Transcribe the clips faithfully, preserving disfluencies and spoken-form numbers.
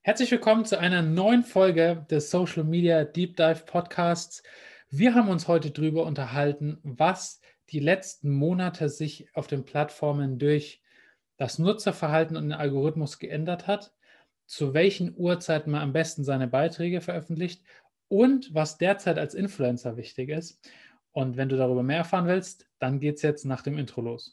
Herzlich willkommen zu einer neuen Folge des Social Media Deep Dive Podcasts. Wir haben uns heute darüber unterhalten, was die letzten Monate sich auf den Plattformen durch das Nutzerverhalten und den Algorithmus geändert hat, zu welchen Uhrzeiten man am besten seine Beiträge veröffentlicht und was derzeit als Influencer wichtig ist. Und wenn du darüber mehr erfahren willst, dann geht es jetzt nach dem Intro los.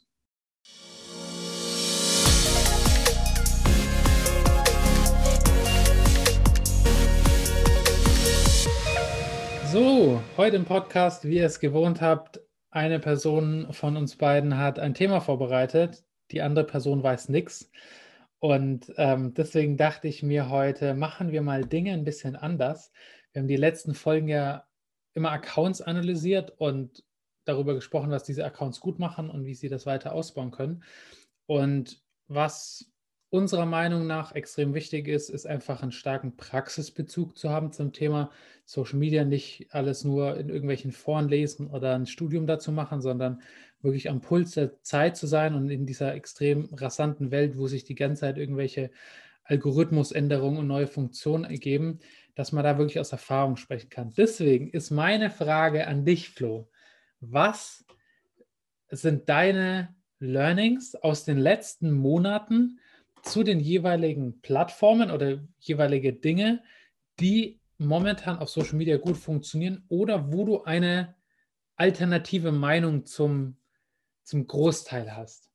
So, heute im Podcast, wie ihr es gewohnt habt, eine Person von uns beiden hat ein Thema vorbereitet, die andere Person weiß nichts. Und ähm, deswegen dachte ich mir heute, machen wir mal Dinge ein bisschen anders. Wir haben die letzten Folgen ja immer Accounts analysiert und darüber gesprochen, was diese Accounts gut machen und wie sie das weiter ausbauen können. Und was unserer Meinung nach extrem wichtig ist, ist einfach einen starken Praxisbezug zu haben zum Thema Social Media, nicht alles nur in irgendwelchen Foren lesen oder ein Studium dazu machen, sondern wirklich am Puls der Zeit zu sein und in dieser extrem rasanten Welt, wo sich die ganze Zeit irgendwelche Algorithmusänderungen und neue Funktionen ergeben, dass man da wirklich aus Erfahrung sprechen kann. Deswegen ist meine Frage an dich, Flo: Was sind deine Learnings aus den letzten Monaten zu den jeweiligen Plattformen oder jeweilige Dinge, die momentan auf Social Media gut funktionieren oder wo du eine alternative Meinung zum, zum Großteil hast?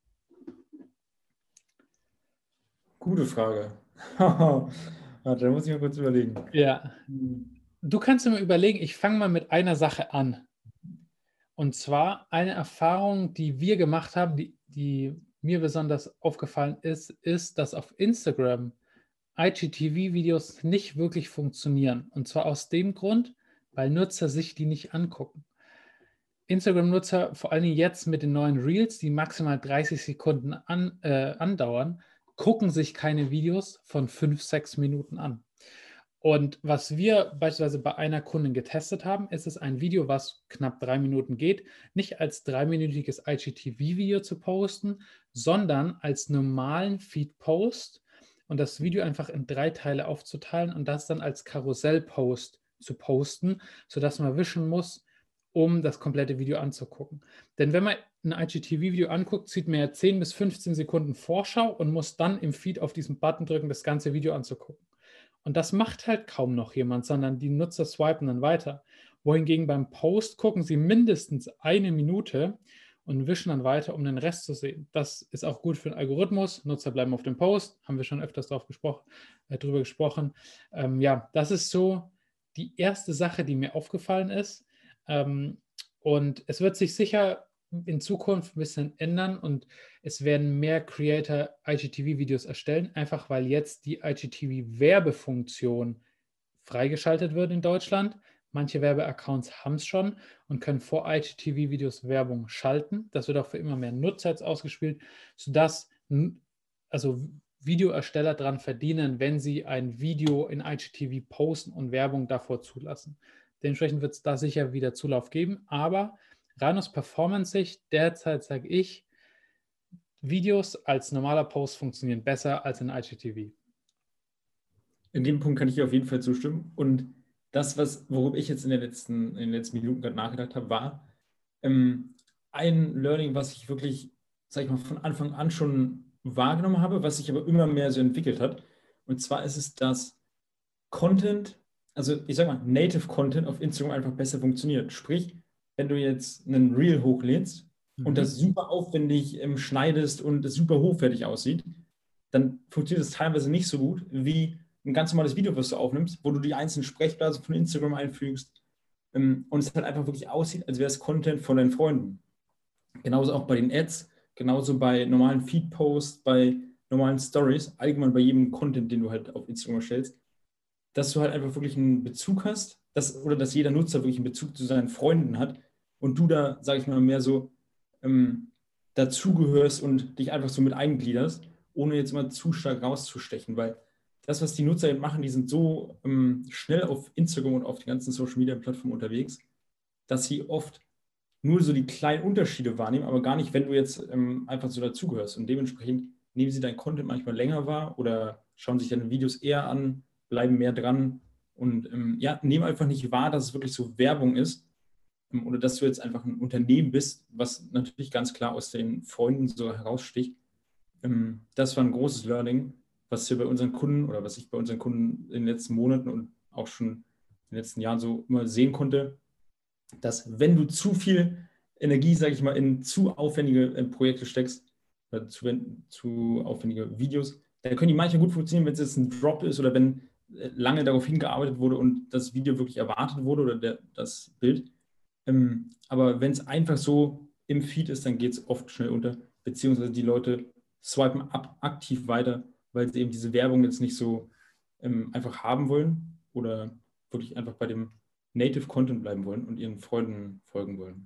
Gute Frage. Warte, da muss ich mal kurz überlegen. Ja, du kannst dir mal überlegen, ich fange mal mit einer Sache an. Und zwar eine Erfahrung, die wir gemacht haben, die, die mir besonders aufgefallen ist, ist, dass auf Instagram I G T V-Videos nicht wirklich funktionieren. Und zwar aus dem Grund, weil Nutzer sich die nicht angucken. Instagram-Nutzer, vor allem jetzt mit den neuen Reels, die maximal dreißig Sekunden an, äh, andauern, gucken sich keine Videos von fünf, sechs Minuten an. Und was wir beispielsweise bei einer Kundin getestet haben, ist es ein Video, was knapp drei Minuten geht, nicht als dreiminütiges I G T V-Video zu posten, sondern als normalen Feed-Post und das Video einfach in drei Teile aufzuteilen und das dann als Karussell-Post zu posten, sodass man wischen muss, um das komplette Video anzugucken. Denn wenn man ein I G T V-Video anguckt, sieht man ja zehn bis fünfzehn Sekunden Vorschau und muss dann im Feed auf diesen Button drücken, das ganze Video anzugucken. Und das macht halt kaum noch jemand, sondern die Nutzer swipen dann weiter. Wohingegen beim Post gucken sie mindestens eine Minute und wischen dann weiter, um den Rest zu sehen. Das ist auch gut für den Algorithmus. Nutzer bleiben auf dem Post, haben wir schon öfters drauf gesprochen, äh, drüber gesprochen. Ähm, ja, das ist so die erste Sache, die mir aufgefallen ist. Ähm, und es wird sich sicher in Zukunft ein bisschen ändern und es werden mehr Creator I G T V-Videos erstellen, einfach weil jetzt die I G T V-Werbefunktion freigeschaltet wird in Deutschland. Manche Werbeaccounts haben es schon und können vor I G T V-Videos Werbung schalten. Das wird auch für immer mehr Nutzer jetzt ausgespielt, sodass also Videoersteller daran verdienen, wenn sie ein Video in I G T V posten und Werbung davor zulassen. Dementsprechend wird es da sicher wieder Zulauf geben, aber rein aus Performance-Sicht, derzeit sage ich, Videos als normaler Post funktionieren besser als in I G T V. In dem Punkt kann ich dir auf jeden Fall zustimmen. Und das, was, worüber ich jetzt in, der letzten, in den letzten Minuten gerade nachgedacht habe, war ähm, ein Learning, was ich wirklich, sag ich mal, von Anfang an schon wahrgenommen habe, was sich aber immer mehr so entwickelt hat. Und zwar ist es, dass Content, also ich sag mal, Native Content auf Instagram einfach besser funktioniert. Sprich, wenn du jetzt einen Reel hochlädst mhm. und das super aufwendig ähm, schneidest und es super hochwertig aussieht, dann funktioniert es teilweise nicht so gut wie ein ganz normales Video, was du aufnimmst, wo du die einzelnen Sprechblasen von Instagram einfügst ähm, und es halt einfach wirklich aussieht, als wäre es Content von deinen Freunden. Genauso auch bei den Ads, genauso bei normalen Feed-Posts, bei normalen Stories, allgemein bei jedem Content, den du halt auf Instagram stellst, dass du halt einfach wirklich einen Bezug hast, dass, oder dass jeder Nutzer wirklich einen Bezug zu seinen Freunden hat und du da, sage ich mal, mehr so ähm, dazugehörst und dich einfach so mit eingliederst, ohne jetzt mal zu stark rauszustechen, weil das, was die Nutzer eben machen, die sind so ähm, schnell auf Instagram und auf den ganzen Social-Media-Plattformen unterwegs, dass sie oft nur so die kleinen Unterschiede wahrnehmen, aber gar nicht, wenn du jetzt ähm, einfach so dazugehörst. Und dementsprechend nehmen sie dein Content manchmal länger wahr oder schauen sich deine Videos eher an, bleiben mehr dran und ähm, ja, nehmen einfach nicht wahr, dass es wirklich so Werbung ist ähm, oder dass du jetzt einfach ein Unternehmen bist, was natürlich ganz klar aus den Freunden so heraussticht. Ähm, das war ein großes Learning, was wir bei unseren Kunden oder was ich bei unseren Kunden in den letzten Monaten und auch schon in den letzten Jahren so immer sehen konnte, dass wenn du zu viel Energie, sage ich mal, in zu aufwendige äh, Projekte steckst, oder zu, zu aufwendige Videos, dann können die manchmal gut funktionieren, wenn es jetzt ein Drop ist oder wenn äh, lange darauf hingearbeitet wurde und das Video wirklich erwartet wurde oder der, das Bild. Ähm, aber wenn es einfach so im Feed ist, dann geht es oft schnell unter, beziehungsweise die Leute swipen ab, aktiv weiter, weil sie eben diese Werbung jetzt nicht so ähm, einfach haben wollen oder wirklich einfach bei dem Native Content bleiben wollen und ihren Freunden folgen wollen.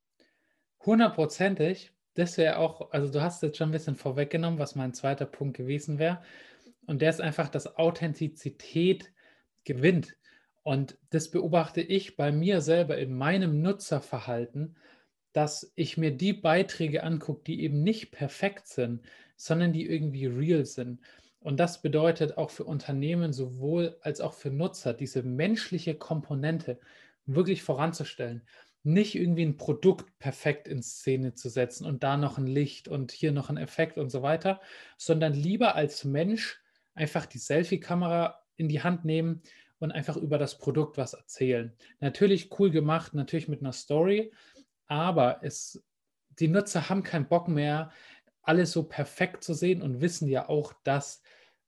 Hundertprozentig. Das wäre auch, also du hast jetzt schon ein bisschen vorweggenommen, was mein zweiter Punkt gewesen wäre. Und der ist einfach, dass Authentizität gewinnt. Und das beobachte ich bei mir selber in meinem Nutzerverhalten, dass ich mir die Beiträge angucke, die eben nicht perfekt sind, sondern die irgendwie real sind. Und das bedeutet auch für Unternehmen sowohl als auch für Nutzer, diese menschliche Komponente wirklich voranzustellen. Nicht irgendwie ein Produkt perfekt in Szene zu setzen und da noch ein Licht und hier noch ein Effekt und so weiter, sondern lieber als Mensch einfach die Selfie-Kamera in die Hand nehmen und einfach über das Produkt was erzählen. Natürlich cool gemacht, natürlich mit einer Story, aber es, die Nutzer haben keinen Bock mehr, alles so perfekt zu sehen und wissen ja auch, dass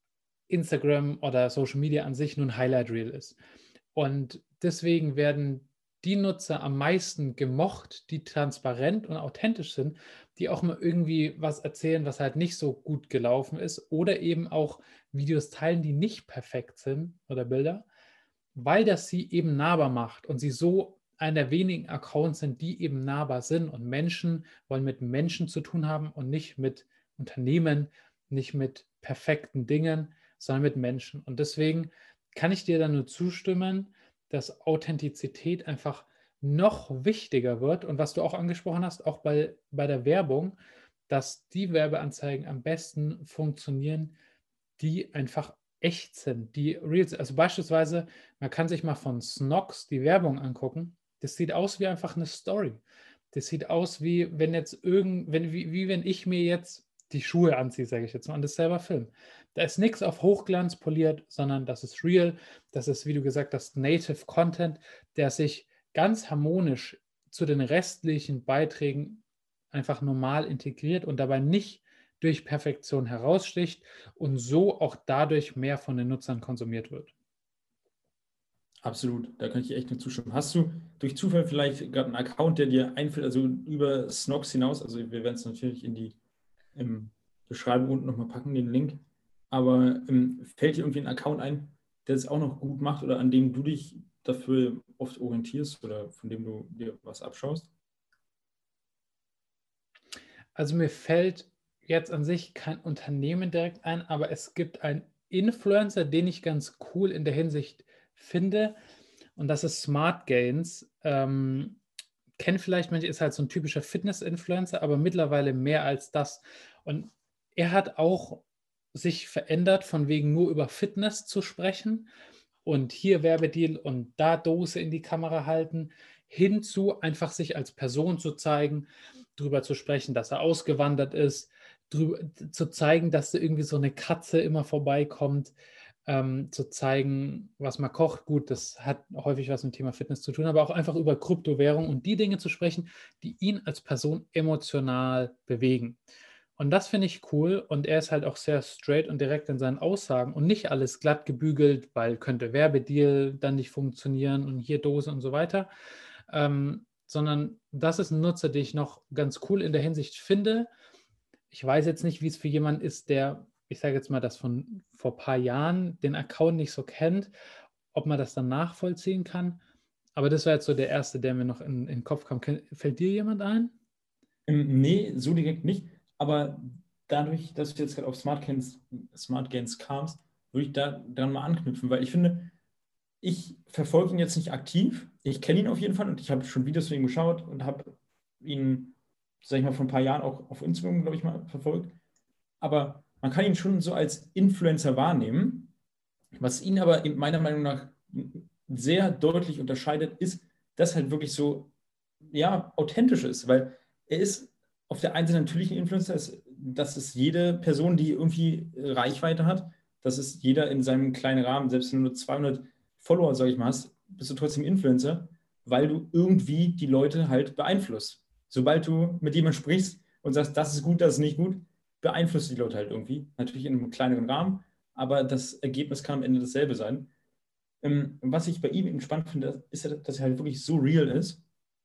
Instagram oder Social Media an sich nur ein Highlight Reel ist. Und deswegen werden die Nutzer am meisten gemocht, die transparent und authentisch sind, die auch mal irgendwie was erzählen, was halt nicht so gut gelaufen ist oder eben auch Videos teilen, die nicht perfekt sind oder Bilder, weil das sie eben nahbar macht und sie so einer der wenigen Accounts sind, die eben nahbar sind und Menschen wollen mit Menschen zu tun haben und nicht mit Unternehmen, nicht mit perfekten Dingen, sondern mit Menschen. Und deswegen kann ich dir da nur zustimmen, dass Authentizität einfach noch wichtiger wird und was du auch angesprochen hast, auch bei, bei der Werbung, dass die Werbeanzeigen am besten funktionieren, die einfach echt sind, die real sind. Also beispielsweise, man kann sich mal von Snox die Werbung angucken. Das sieht aus wie einfach eine Story. Das sieht aus wie, wenn jetzt irgend, wenn, wie, wie wenn ich mir jetzt die Schuhe anziehe, sage ich jetzt mal, und das selber film. Da ist nichts auf Hochglanz poliert, sondern das ist real. Das ist, wie du gesagt hast, Native Content, der sich ganz harmonisch zu den restlichen Beiträgen einfach normal integriert und dabei nicht durch Perfektion heraussticht und so auch dadurch mehr von den Nutzern konsumiert wird. Absolut, da kann ich dir echt nur zustimmen. Hast du durch Zufall vielleicht gerade einen Account, der dir einfällt, also über Snox hinaus, also wir werden es natürlich in die ähm, Beschreibung unten nochmal packen, den Link, aber ähm, fällt dir irgendwie ein Account ein, der es auch noch gut macht oder an dem du dich dafür oft orientierst oder von dem du dir was abschaust? Also mir fällt jetzt an sich kein Unternehmen direkt ein, aber es gibt einen Influencer, den ich ganz cool in der Hinsicht finde, und das ist Smart Gains. Ähm, kennen vielleicht manche, ist halt so ein typischer Fitness-Influencer, aber mittlerweile mehr als das. Und er hat auch sich verändert, von wegen nur über Fitness zu sprechen und hier Werbedeal und da Dose in die Kamera halten, hinzu einfach sich als Person zu zeigen, darüber zu sprechen, dass er ausgewandert ist, drüber, zu zeigen, dass da irgendwie so eine Katze immer vorbeikommt, ähm, zu zeigen, was man kocht. Gut, das hat häufig was mit dem Thema Fitness zu tun, aber auch einfach über Kryptowährung und die Dinge zu sprechen, die ihn als Person emotional bewegen. Und das finde ich cool und er ist halt auch sehr straight und direkt in seinen Aussagen und nicht alles glatt gebügelt, weil könnte Werbedeal dann nicht funktionieren und hier Dose und so weiter, ähm, sondern das ist ein Nutzer, den ich noch ganz cool in der Hinsicht finde. Ich weiß jetzt nicht, wie es für jemanden ist, der, ich sage jetzt mal, das von vor ein paar Jahren den Account nicht so kennt, ob man das dann nachvollziehen kann. Aber das war jetzt so der erste, der mir noch in, in den Kopf kam. Fällt dir jemand ein? Ähm, nee, so direkt nicht. Aber dadurch, dass du jetzt gerade auf Smart Gains, Smart Gains kamst, würde ich da dran mal anknüpfen, weil ich finde, ich verfolge ihn jetzt nicht aktiv. Ich kenne ihn auf jeden Fall und ich habe schon Videos von ihm geschaut und habe ihn, sag ich mal, vor ein paar Jahren auch auf Instagram, glaube ich, mal verfolgt. Aber man kann ihn schon so als Influencer wahrnehmen. Was ihn aber in meiner Meinung nach sehr deutlich unterscheidet, ist, dass halt wirklich so, ja, authentisch ist, weil er ist auf der einen Seite natürlich ein Influencer, ist, das ist jede Person, die irgendwie Reichweite hat, das ist jeder in seinem kleinen Rahmen, selbst wenn du nur zweihundert Follower, sag ich mal, hast, bist du trotzdem Influencer, weil du irgendwie die Leute halt beeinflusst. Sobald du mit jemandem sprichst und sagst, das ist gut, das ist nicht gut, beeinflusst die Leute halt irgendwie. Natürlich in einem kleineren Rahmen, aber das Ergebnis kann am Ende dasselbe sein. Ähm, was ich bei ihm eben spannend finde, ist, dass er halt wirklich so real ist.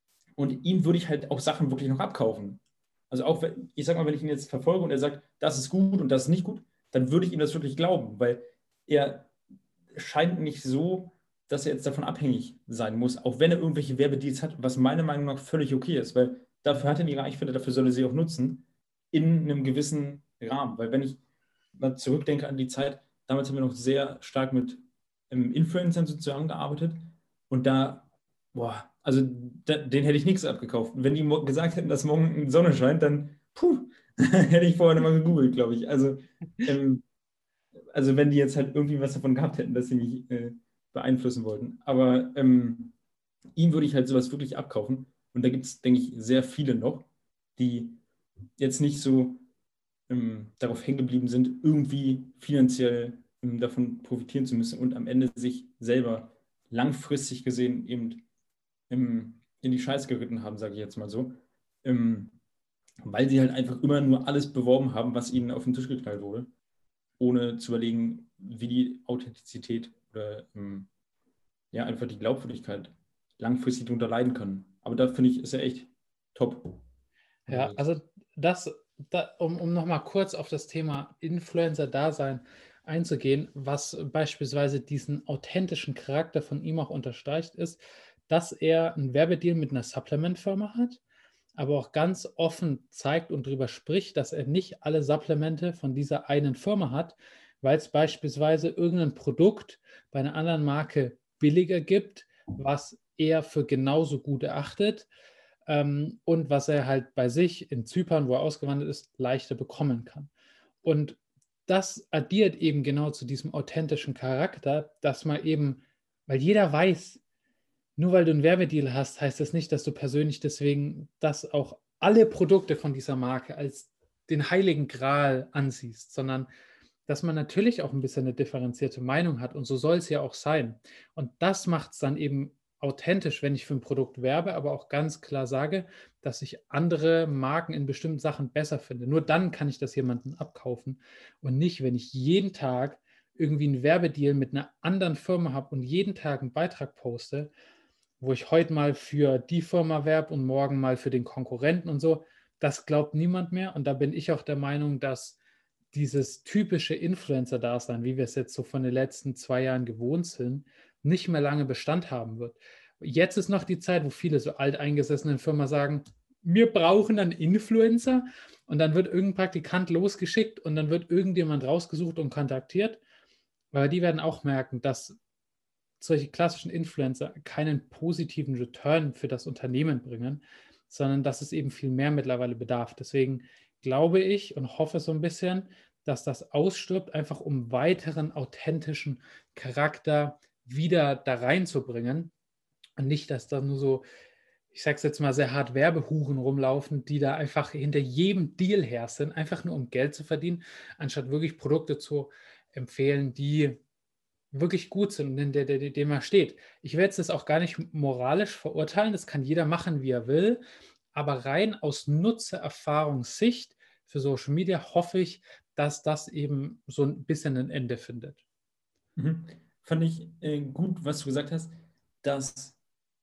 Und ihm würde ich halt auch Sachen wirklich noch abkaufen. Also auch, wenn, ich sag mal, wenn ich ihn jetzt verfolge und er sagt, das ist gut und das ist nicht gut, dann würde ich ihm das wirklich glauben, weil er scheint nicht so, dass er jetzt davon abhängig sein muss, auch wenn er irgendwelche Werbedeals hat, was meiner Meinung nach völlig okay ist, weil dafür hat er die Reichweite, dafür soll er sie auch nutzen, in einem gewissen Rahmen. Weil wenn ich mal zurückdenke an die Zeit, damals haben wir noch sehr stark mit ähm, Influencern zusammengearbeitet und da, boah, also da, den hätte ich nichts abgekauft. Wenn die mo- gesagt hätten, dass morgen Sonne scheint, dann puh, hätte ich vorher nochmal gegoogelt, glaube ich. Also, ähm, also wenn die jetzt halt irgendwie was davon gehabt hätten, dass sie mich äh, beeinflussen wollten. Aber ähm, ihm würde ich halt sowas wirklich abkaufen. Und da gibt es, denke ich, sehr viele noch, die jetzt nicht so ähm, darauf hängen geblieben sind, irgendwie finanziell ähm, davon profitieren zu müssen und am Ende sich selber langfristig gesehen eben ähm, in die Scheiße geritten haben, sage ich jetzt mal so. Ähm, weil sie halt einfach immer nur alles beworben haben, was ihnen auf den Tisch geknallt wurde, ohne zu überlegen, wie die Authentizität oder ähm, ja, einfach die Glaubwürdigkeit langfristig darunter leiden können. Aber da finde ich, ist er echt top. Ja, also das, da, um, um nochmal kurz auf das Thema Influencer-Dasein einzugehen, was beispielsweise diesen authentischen Charakter von ihm auch unterstreicht, ist, dass er einen Werbedeal mit einer Supplement-Firma hat, aber auch ganz offen zeigt und darüber spricht, dass er nicht alle Supplemente von dieser einen Firma hat, weil es beispielsweise irgendein Produkt bei einer anderen Marke billiger gibt, was er für genauso gut erachtet, ähm, und was er halt bei sich in Zypern, wo er ausgewandert ist, leichter bekommen kann. Und das addiert eben genau zu diesem authentischen Charakter, dass man eben, weil jeder weiß, nur weil du einen Werbedeal hast, heißt das nicht, dass du persönlich deswegen das auch alle Produkte von dieser Marke als den heiligen Gral ansiehst, sondern dass man natürlich auch ein bisschen eine differenzierte Meinung hat und so soll es ja auch sein. Und das macht es dann eben authentisch, wenn ich für ein Produkt werbe, aber auch ganz klar sage, dass ich andere Marken in bestimmten Sachen besser finde. Nur dann kann ich das jemandem abkaufen und nicht, wenn ich jeden Tag irgendwie einen Werbedeal mit einer anderen Firma habe und jeden Tag einen Beitrag poste, wo ich heute mal für die Firma werbe und morgen mal für den Konkurrenten und so. Das glaubt niemand mehr. Und da bin ich auch der Meinung, dass dieses typische Influencer-Dasein, wie wir es jetzt so von den letzten zwei Jahren gewohnt sind, nicht mehr lange Bestand haben wird. Jetzt ist noch die Zeit, wo viele so alteingesessene Firmen sagen, wir brauchen einen Influencer und dann wird irgendein Praktikant losgeschickt und dann wird irgendjemand rausgesucht und kontaktiert. Aber die werden auch merken, dass solche klassischen Influencer keinen positiven Return für das Unternehmen bringen, sondern dass es eben viel mehr mittlerweile bedarf. Deswegen glaube ich und hoffe so ein bisschen, dass das ausstirbt, einfach um weiteren authentischen Charakter wieder da reinzubringen und nicht, dass da nur so, ich sage es jetzt mal sehr hart, Werbehuren rumlaufen, die da einfach hinter jedem Deal her sind, einfach nur um Geld zu verdienen, anstatt wirklich Produkte zu empfehlen, die wirklich gut sind und in der, der, dem er steht. Ich werde es jetzt auch gar nicht moralisch verurteilen, das kann jeder machen, wie er will, aber rein aus Nutzererfahrungssicht für Social Media hoffe ich, dass das eben so ein bisschen ein Ende findet. Mhm. Fand ich äh, gut, was du gesagt hast, dass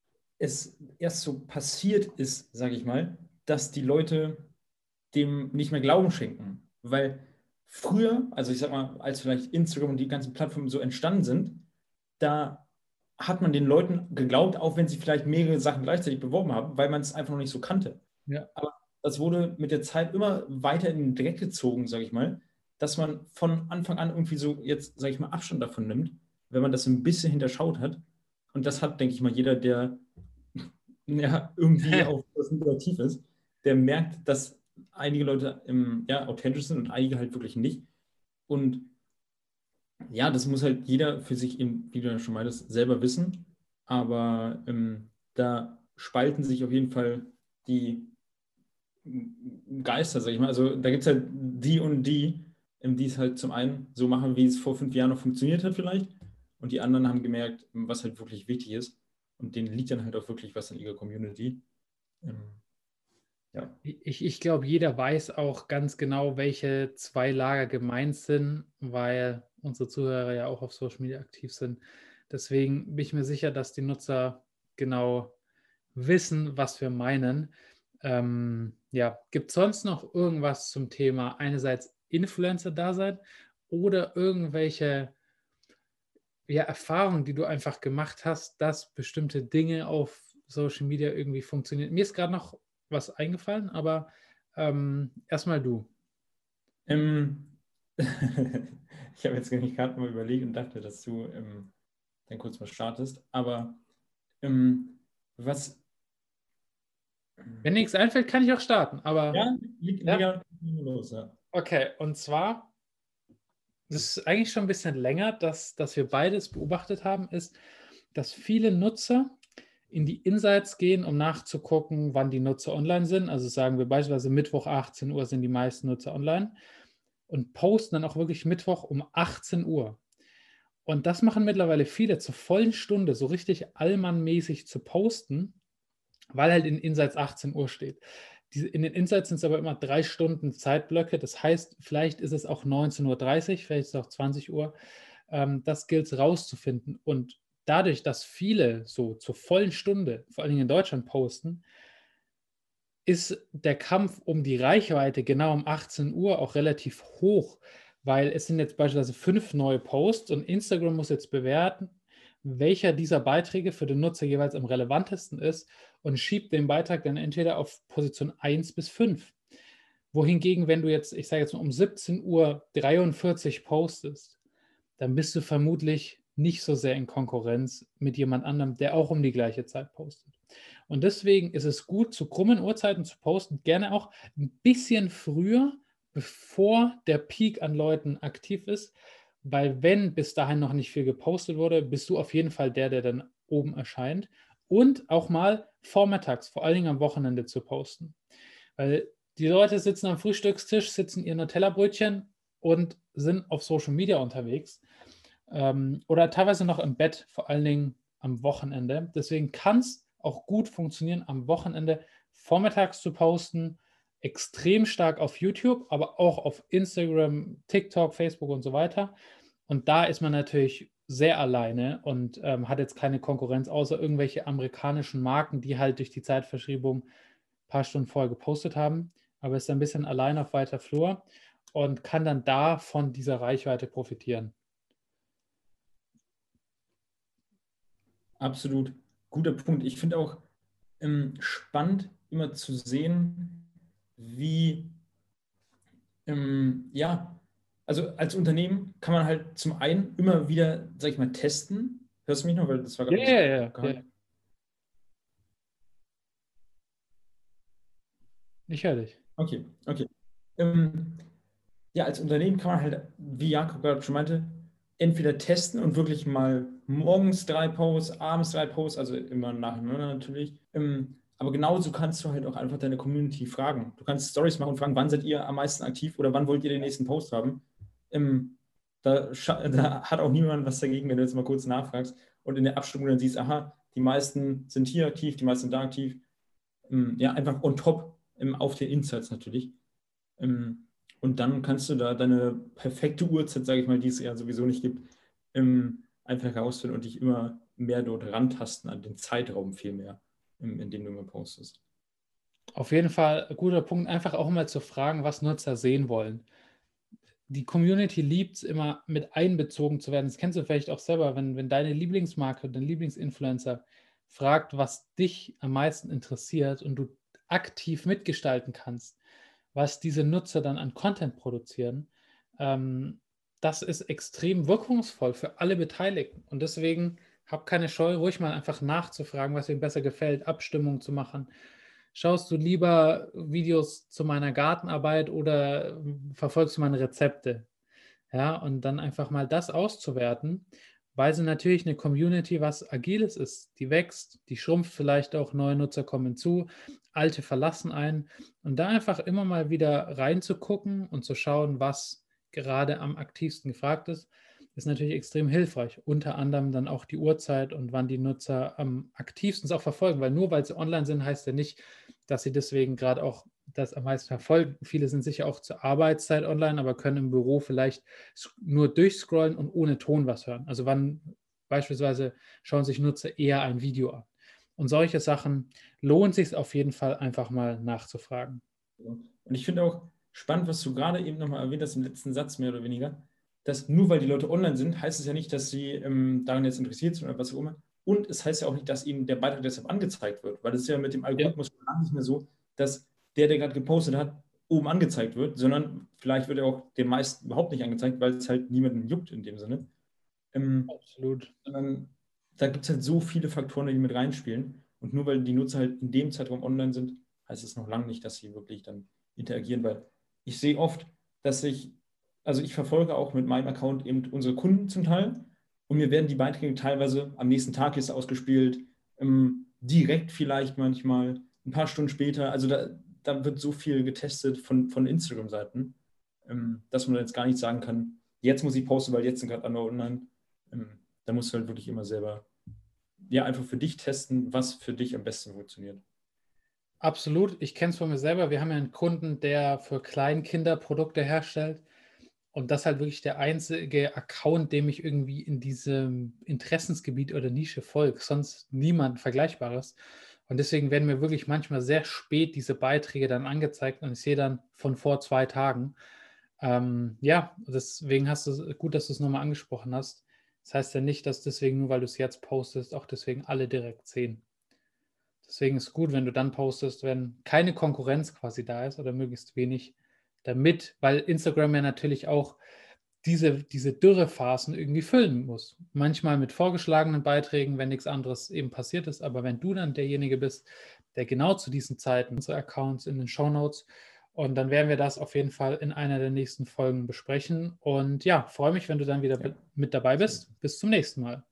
es erst so passiert ist, sage ich mal, dass die Leute dem nicht mehr Glauben schenken. Weil früher, also ich sag mal, als vielleicht Instagram und die ganzen Plattformen so entstanden sind, da hat man den Leuten geglaubt, auch wenn sie vielleicht mehrere Sachen gleichzeitig beworben haben, weil man es einfach noch nicht so kannte. Ja. Aber das wurde mit der Zeit immer weiter in den Dreck gezogen, sage ich mal, dass man von Anfang an irgendwie so jetzt, sage ich mal, Abstand davon nimmt, wenn man das ein bisschen hinterschaut hat. Und das hat, denke ich mal, jeder, der ja irgendwie auch was negativ ist, der merkt, dass einige Leute ähm, ja, authentisch sind und einige halt wirklich nicht. Und ja, das muss halt jeder für sich, eben, wie du ja schon meintest, selber wissen. Aber ähm, da spalten sich auf jeden Fall die Geister, sag ich mal. Also da gibt es halt die und die, ähm, die es halt zum einen so machen, wie es vor fünf Jahren noch funktioniert hat vielleicht. Und die anderen haben gemerkt, was halt wirklich wichtig ist. Und denen liegt dann halt auch wirklich was an ihrer Community. Ähm, ja. Ich, ich glaube, jeder weiß auch ganz genau, welche zwei Lager gemeint sind, weil unsere Zuhörer ja auch auf Social Media aktiv sind. Deswegen bin ich mir sicher, dass die Nutzer genau wissen, was wir meinen. Ähm, ja, gibt es sonst noch irgendwas zum Thema einerseits Influencer-Dasein oder irgendwelche ja, Erfahrungen, die du einfach gemacht hast, dass bestimmte Dinge auf Social Media irgendwie funktionieren? Mir ist gerade noch was eingefallen, aber ähm, erstmal du. Ähm, ich habe jetzt nämlich gerade mal überlegt und dachte, dass du ähm, dann kurz mal startest. Aber ähm, was. Wenn nichts einfällt, kann ich auch starten, aber Ja, leg, leg ja, halt los, ja. okay. Und zwar, das ist eigentlich schon ein bisschen länger, dass, dass wir beides beobachtet haben, ist, dass viele Nutzer in die Insights gehen, um nachzugucken, wann die Nutzer online sind. Also sagen wir beispielsweise Mittwoch achtzehn Uhr sind die meisten Nutzer online und posten dann auch wirklich Mittwoch um achtzehn Uhr. Und das machen mittlerweile viele zur vollen Stunde, so richtig allmannmäßig zu posten, weil halt in Insights achtzehn Uhr steht. Die, in den Insights sind es aber immer drei Stunden Zeitblöcke. Das heißt, vielleicht ist es auch neunzehn Uhr dreißig, vielleicht ist es auch zwanzig Uhr. Ähm, das gilt es rauszufinden. Und dadurch, dass viele so zur vollen Stunde, vor allen Dingen in Deutschland, posten, ist der Kampf um die Reichweite genau um achtzehn Uhr auch relativ hoch, weil es sind jetzt beispielsweise fünf neue Posts und Instagram muss jetzt bewerten, welcher dieser Beiträge für den Nutzer jeweils am relevantesten ist und schiebt den Beitrag dann entweder auf Position eins bis fünf. Wohingegen, wenn du jetzt, ich sage jetzt mal um siebzehn Uhr dreiundvierzig postest, dann bist du vermutlich nicht so sehr in Konkurrenz mit jemand anderem, der auch um die gleiche Zeit postet. Und deswegen ist es gut, zu krummen Uhrzeiten zu posten, gerne auch ein bisschen früher, bevor der Peak an Leuten aktiv ist, weil wenn bis dahin noch nicht viel gepostet wurde, bist du auf jeden Fall der, der dann oben erscheint. Und auch mal vormittags, vor allen Dingen am Wochenende zu posten. Weil die Leute sitzen am Frühstückstisch, sitzen ihr Nutella-Brötchen und sind auf Social Media unterwegs ähm, oder teilweise noch im Bett, vor allen Dingen am Wochenende. Deswegen kann es auch gut funktionieren, am Wochenende vormittags zu posten, extrem stark auf YouTube, aber auch auf Instagram, TikTok, Facebook und so weiter. Und da ist man natürlich sehr alleine und ähm, hat jetzt keine Konkurrenz, außer irgendwelche amerikanischen Marken, die halt durch die Zeitverschiebung ein paar Stunden vorher gepostet haben, aber ist ein bisschen allein auf weiter Flur und kann dann da von dieser Reichweite profitieren. Absolut guter Punkt. Ich finde auch ähm, spannend, immer zu sehen, wie, ähm, ja, also als Unternehmen kann man halt zum einen immer wieder, sag ich mal, testen. Hörst du mich noch? Weil das war Ja, gerade ein ja, bisschen ja, ja. abgehakt. Ich höre dich. Okay, okay. Ähm, ja, als Unternehmen kann man halt, wie Jakob gerade schon meinte, entweder testen und wirklich mal morgens drei Posts, abends drei Posts, also immer nacheinander natürlich. Ähm, aber genauso kannst du halt auch einfach deine Community fragen. Du kannst Stories machen und fragen, wann seid ihr am meisten aktiv oder wann wollt ihr den nächsten Post haben? Ähm, da, scha- da hat auch niemand was dagegen, wenn du jetzt mal kurz nachfragst und in der Abstimmung dann siehst, aha, die meisten sind hier aktiv, die meisten sind da aktiv. Ähm, ja, einfach on top ähm, auf den Insights natürlich. Ähm, und dann kannst du da deine perfekte Uhrzeit, sage ich mal, die es ja sowieso nicht gibt, ähm, einfach herausfinden und dich immer mehr dort rantasten an den Zeitraum viel mehr, ähm, in dem du immer postest. Auf jeden Fall ein guter Punkt, einfach auch mal zu fragen, was Nutzer sehen wollen. Die Community liebt es immer, mit einbezogen zu werden. Das kennst du vielleicht auch selber, wenn, wenn deine Lieblingsmarke, dein Lieblingsinfluencer fragt, was dich am meisten interessiert und du aktiv mitgestalten kannst, was diese Nutzer dann an Content produzieren. Ähm, das ist extrem wirkungsvoll für alle Beteiligten. Und deswegen hab keine Scheu, ruhig mal einfach nachzufragen, was dir besser gefällt, Abstimmung zu machen. Schaust du lieber Videos zu meiner Gartenarbeit oder verfolgst du meine Rezepte? Ja, und dann einfach mal das auszuwerten, weil sie natürlich eine Community, was Agiles ist, die wächst, die schrumpft vielleicht auch, neue Nutzer kommen hinzu, alte verlassen einen und da einfach immer mal wieder reinzugucken und zu schauen, was gerade am aktivsten gefragt ist, ist natürlich extrem hilfreich. Unter anderem dann auch die Uhrzeit und wann die Nutzer am aktivsten auch verfolgen, weil nur weil sie online sind, heißt ja nicht, dass sie deswegen gerade auch das am meisten verfolgen. Viele sind sicher auch zur Arbeitszeit online, aber können im Büro vielleicht nur durchscrollen und ohne Ton was hören. Also wann beispielsweise schauen sich Nutzer eher ein Video an. Und solche Sachen lohnt sich auf jeden Fall einfach mal nachzufragen. Und ich finde auch spannend, was du gerade eben nochmal erwähnt hast, im letzten Satz mehr oder weniger, dass nur weil die Leute online sind, heißt es ja nicht, dass sie ähm, daran jetzt interessiert sind oder was auch immer. Und es heißt ja auch nicht, dass ihnen der Beitrag deshalb angezeigt wird, weil es ist ja mit dem Ja, Algorithmus gar nicht mehr so, dass der, der gerade gepostet hat, oben angezeigt wird, sondern vielleicht wird er auch den meisten überhaupt nicht angezeigt, weil es halt niemanden juckt in dem Sinne. Ähm, absolut. sondern da gibt es halt so viele Faktoren, die mit reinspielen. Und nur weil die Nutzer halt in dem Zeitraum online sind, heißt es noch lange nicht, dass sie wirklich dann interagieren, weil ich sehe oft, dass ich, also ich verfolge auch mit meinem Account eben unsere Kunden zum Teil und mir werden die Beiträge teilweise am nächsten Tag ist ausgespielt, ähm, direkt vielleicht manchmal, ein paar Stunden später. Also da, da wird so viel getestet von, von Instagram-Seiten, ähm, dass man jetzt gar nicht sagen kann, jetzt muss ich posten, weil jetzt sind gerade andere online. Ähm, da musst du halt wirklich immer selber, ja, einfach für dich testen, was für dich am besten funktioniert. Absolut. Ich kenne es von mir selber. Wir haben ja einen Kunden, der für Kleinkinder Produkte herstellt. Und das halt wirklich der einzige Account, dem ich irgendwie in diesem Interessensgebiet oder Nische folge. Sonst niemand Vergleichbares. Und deswegen werden mir wirklich manchmal sehr spät diese Beiträge dann angezeigt und ich sehe dann von vor zwei Tagen. Ähm, ja, deswegen hast du gut, dass du es nochmal angesprochen hast. Das heißt ja nicht, dass deswegen, nur weil du es jetzt postest, auch deswegen alle direkt sehen. Deswegen ist es gut, wenn du dann postest, wenn keine Konkurrenz quasi da ist oder möglichst wenig, damit, weil Instagram ja natürlich auch diese, diese Dürrephasen irgendwie füllen muss. Manchmal mit vorgeschlagenen Beiträgen, wenn nichts anderes eben passiert ist, aber wenn du dann derjenige bist, der genau zu diesen Zeiten unsere Accounts in den Shownotes und dann werden wir das auf jeden Fall in einer der nächsten Folgen besprechen und ja, freue mich, wenn du dann wieder Ja. mit dabei bist. Bis zum nächsten Mal.